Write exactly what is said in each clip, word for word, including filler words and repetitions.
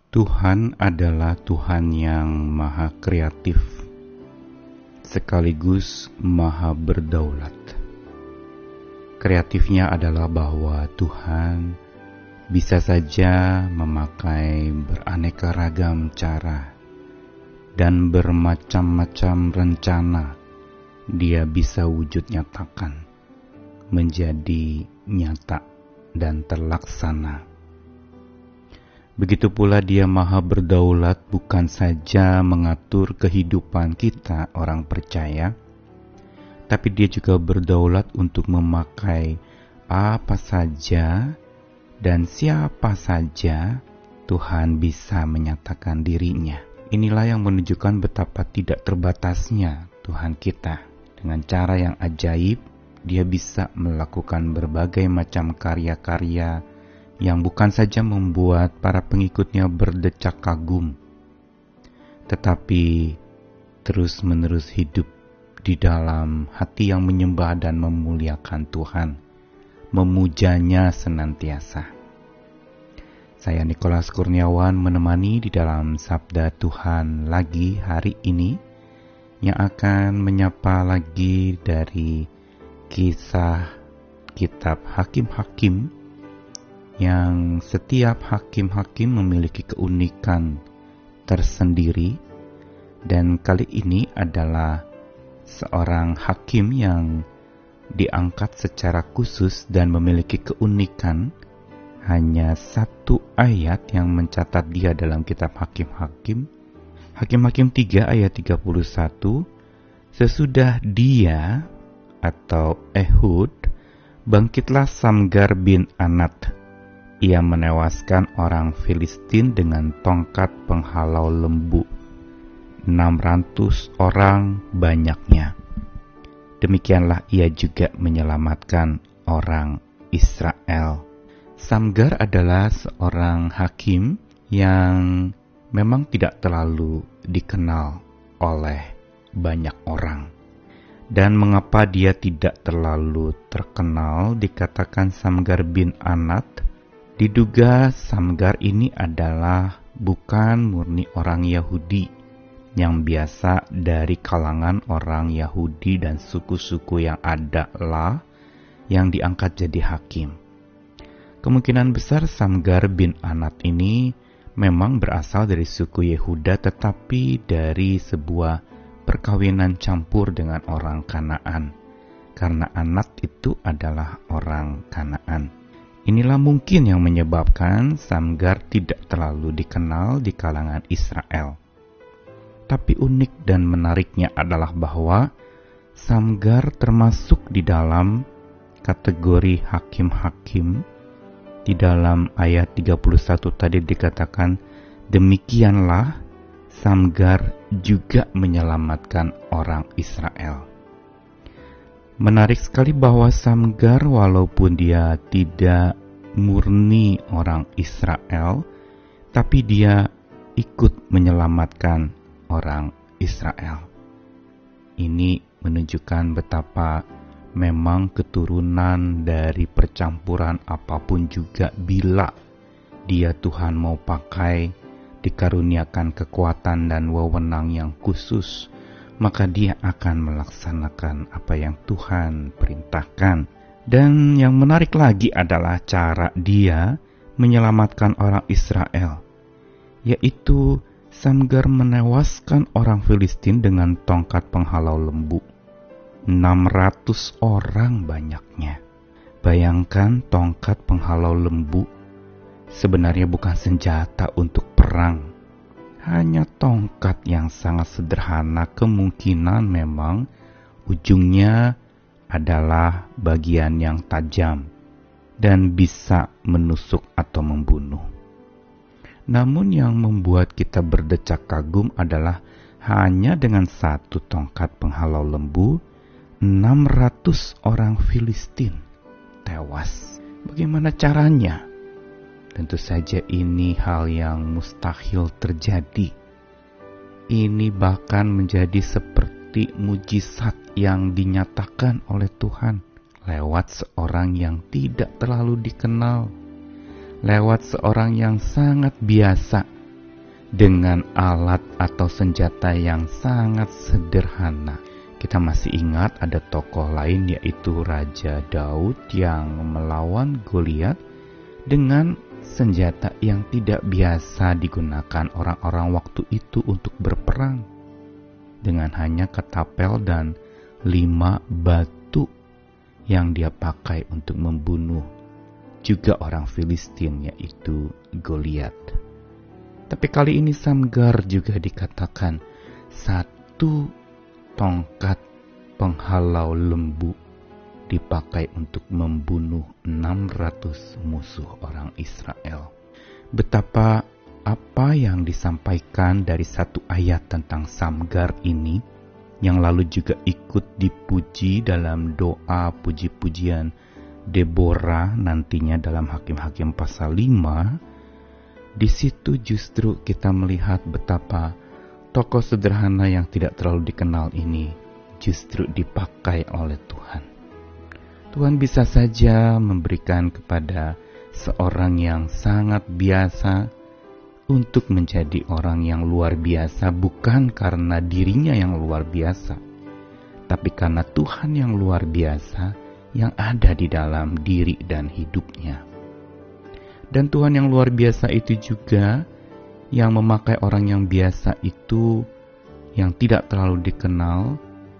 Tuhan adalah Tuhan yang maha kreatif, sekaligus maha berdaulat. Kreatifnya adalah bahwa Tuhan bisa saja memakai beraneka ragam cara dan bermacam-macam rencana Dia bisa wujud nyatakan, menjadi nyata dan terlaksana. Begitu pula Dia maha berdaulat bukan saja mengatur kehidupan kita orang percaya, tapi Dia juga berdaulat untuk memakai apa saja dan siapa saja Tuhan bisa menyatakan dirinya. Inilah yang menunjukkan betapa tidak terbatasnya Tuhan kita. Dengan cara yang ajaib, Dia bisa melakukan berbagai macam karya-karya yang bukan saja membuat para pengikutnya berdecak kagum, tetapi terus-menerus hidup di dalam hati yang menyembah dan memuliakan Tuhan, memujanya senantiasa. Saya Nikolas Kurniawan menemani di dalam Sabda Tuhan lagi hari ini, yang akan menyapa lagi dari kisah kitab Hakim-Hakim, yang setiap hakim-hakim memiliki keunikan tersendiri, dan kali ini adalah seorang hakim yang diangkat secara khusus dan memiliki keunikan. Hanya satu ayat yang mencatat dia dalam kitab Hakim-Hakim, Hakim-Hakim tiga ayat tiga puluh satu. Sesudah dia atau Ehud, bangkitlah Samgar bin Anat. Ia menewaskan orang Filistin dengan tongkat penghalau lembu, enam ratus orang banyaknya. Demikianlah ia juga menyelamatkan orang Israel. Samgar adalah seorang hakim yang memang tidak terlalu dikenal oleh banyak orang. Dan mengapa dia tidak terlalu terkenal, dikatakan Samgar bin Anat? Diduga Samgar ini adalah bukan murni orang Yahudi yang biasa dari kalangan orang Yahudi dan suku-suku yang ada lah yang diangkat jadi hakim. Kemungkinan besar Samgar bin Anat ini memang berasal dari suku Yehuda, tetapi dari sebuah perkawinan campur dengan orang Kanaan, karena Anat itu adalah orang Kanaan. Inilah mungkin yang menyebabkan Samgar tidak terlalu dikenal di kalangan Israel. Tapi unik dan menariknya adalah bahwa Samgar termasuk di dalam kategori hakim-hakim. Di dalam ayat tiga puluh satu tadi dikatakan, demikianlah Samgar juga menyelamatkan orang Israel. Menarik sekali bahwa Samgar walaupun dia tidak murni orang Israel, tapi dia ikut menyelamatkan orang Israel. Ini menunjukkan betapa memang keturunan dari percampuran apapun juga, bila dia Tuhan mau pakai, dikaruniakan kekuatan dan wewenang yang khusus, maka dia akan melaksanakan apa yang Tuhan perintahkan. Dan yang menarik lagi adalah cara dia menyelamatkan orang Israel, yaitu Samgar menewaskan orang Filistin dengan tongkat penghalau lembu. enam ratus orang banyaknya. Bayangkan, tongkat penghalau lembu sebenarnya bukan senjata untuk perang. Hanya tongkat yang sangat sederhana, kemungkinan memang ujungnya adalah bagian yang tajam dan bisa menusuk atau membunuh. Namun yang membuat kita berdecak kagum adalah hanya dengan satu tongkat penghalau lembu, enam ratus orang Filistin tewas. Bagaimana caranya? Tentu saja ini hal yang mustahil terjadi. Ini bahkan menjadi seperti mujizat yang dinyatakan oleh Tuhan lewat seorang yang tidak terlalu dikenal, lewat seorang yang sangat biasa dengan alat atau senjata yang sangat sederhana. Kita masih ingat ada tokoh lain yaitu Raja Daud yang melawan Goliat dengan senjata yang tidak biasa digunakan orang-orang waktu itu untuk berperang. Dengan hanya ketapel dan lima batu yang dia pakai untuk membunuh juga orang Filistin yaitu Goliat. Tapi kali ini Samgar juga dikatakan satu tongkat penghalau lembu dipakai untuk membunuh enam ratus musuh orang Israel. Betapa apa yang disampaikan dari satu ayat tentang Samgar ini, yang lalu juga ikut dipuji dalam doa puji-pujian Deborah nantinya dalam Hakim-Hakim pasal lima, di situ justru kita melihat betapa tokoh sederhana yang tidak terlalu dikenal ini justru dipakai oleh Tuhan. Tuhan bisa saja memberikan kepada seorang yang sangat biasa untuk menjadi orang yang luar biasa, bukan karena dirinya yang luar biasa, tapi karena Tuhan yang luar biasa yang ada di dalam diri dan hidupnya. Dan Tuhan yang luar biasa itu juga yang memakai orang yang biasa itu, yang tidak terlalu dikenal,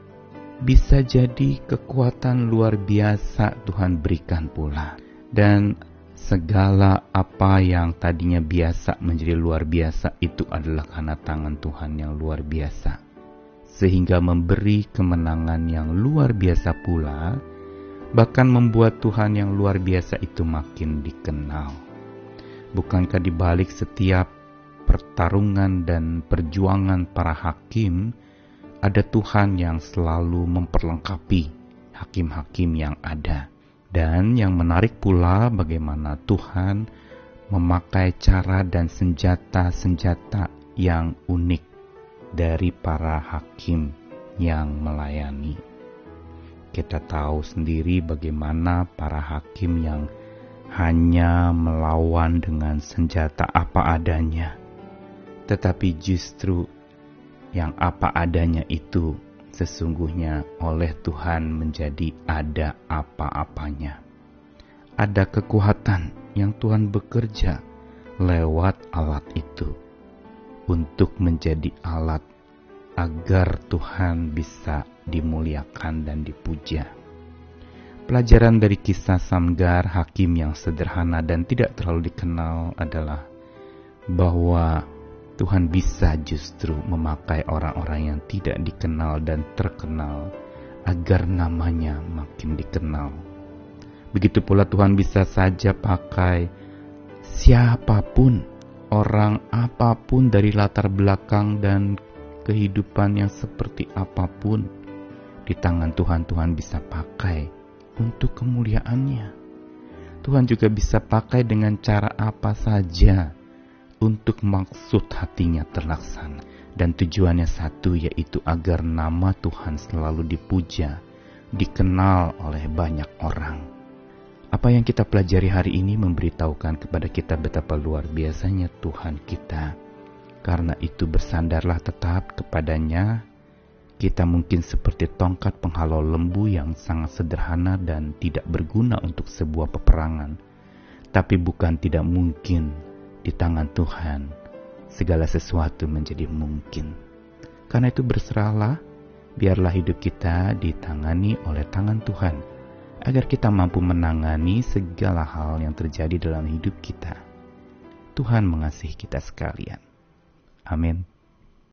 bisa jadi kekuatan luar biasa Tuhan berikan pula. Dan segala apa yang tadinya biasa menjadi luar biasa itu adalah karena tangan Tuhan yang luar biasa, sehingga memberi kemenangan yang luar biasa pula, bahkan membuat Tuhan yang luar biasa itu makin dikenal. Bukankah di balik setiap pertarungan dan perjuangan para hakim, ada Tuhan yang selalu memperlengkapi hakim-hakim yang ada. Dan yang menarik pula bagaimana Tuhan memakai cara dan senjata-senjata yang unik dari para hakim yang melayani. Kita tahu sendiri bagaimana para hakim yang hanya melawan dengan senjata apa adanya, tetapi justru yang apa adanya itu sesungguhnya oleh Tuhan menjadi ada apa-apanya. Ada kekuatan yang Tuhan bekerja lewat alat itu untuk menjadi alat agar Tuhan bisa dimuliakan dan dipuja. Pelajaran dari kisah Samgar, hakim yang sederhana dan tidak terlalu dikenal, adalah bahwa Tuhan bisa justru memakai orang-orang yang tidak dikenal dan terkenal agar namanya makin dikenal. Begitu pula Tuhan bisa saja pakai siapapun, orang apapun dari latar belakang dan kehidupan yang seperti apapun. Di tangan Tuhan, Tuhan bisa pakai untuk kemuliaannya. Tuhan juga bisa pakai dengan cara apa saja untuk maksud hatinya terlaksana. Dan tujuannya satu, yaitu agar nama Tuhan selalu dipuja, dikenal oleh banyak orang. Apa yang kita pelajari hari ini memberitahukan kepada kita betapa luar biasanya Tuhan kita. Karena itu bersandarlah tetap kepadanya. Kita mungkin seperti tongkat penghalau lembu yang sangat sederhana dan tidak berguna untuk sebuah peperangan. Tapi bukan tidak mungkin, di tangan Tuhan segala sesuatu menjadi mungkin. Karena itu berserahlah, biarlah hidup kita ditangani oleh tangan Tuhan, agar kita mampu menangani segala hal yang terjadi dalam hidup kita. Tuhan mengasihi kita sekalian. Amin.